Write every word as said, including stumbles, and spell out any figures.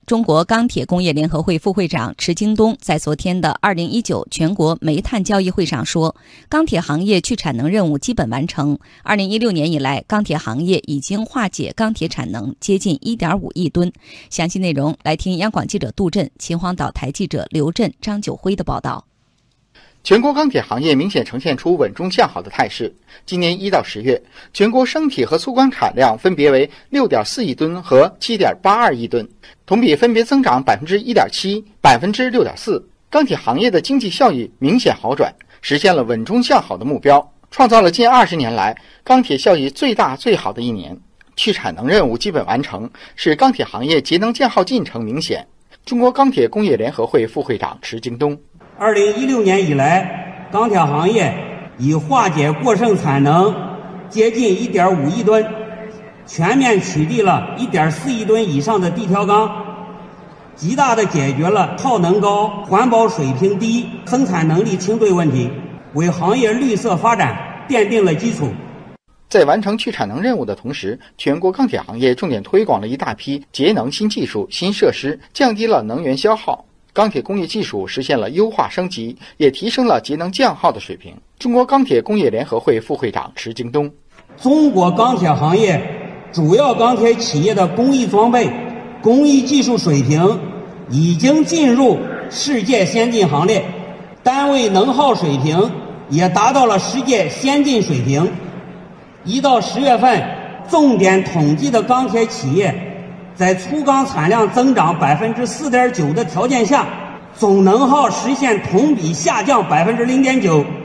中国钢铁工业联合会副会长池京东在昨天的二零一九全国煤炭交易会上说，钢铁行业去产能任务基本完成。二零一六年以来，钢铁行业已经化解钢铁产能接近一点五亿吨。详细内容来听央广记者杜振、秦皇岛台记者刘振、张九辉的报道。 全国钢铁行业明显呈现出稳中向好的态势。今年一到十月，全国生铁和粗钢产量分别为 六点四亿吨和 七点八二亿吨，同比分别增长 百分之一点七、百分之六点四。钢铁行业的经济效益明显好转，实现了稳中向好的目标，创造了近二十年来钢铁效益最大最好的一年。去产能任务基本完成，使钢铁行业节能降耗进程明显。中国钢铁工业联合会副会长池京东。 二零一六年以来，钢铁行业已化解过剩产能接近 一点五亿吨，全面取缔了 一点四亿吨以上的地条钢，极大地解决了耗能高、环保水平低、生产能力轻队问题，为行业绿色发展奠定了基础。 在完成去产能任务的同时，全国钢铁行业重点推广了一大批节能新技术、新设施，降低了能源消耗。钢铁工业技术实现了优化升级，也提升了节能降耗的水平。中国钢铁工业联合会副会长池京东。 中国钢铁行业主要钢铁企业的工艺装备、工艺技术水平已经进入世界先进行列，单位能耗水平也达到了世界先进水平。一到十月份，重点统计的钢铁企业在粗钢产量增长 百分之四点九 的条件下，总能耗实现同比下降 百分之零点九。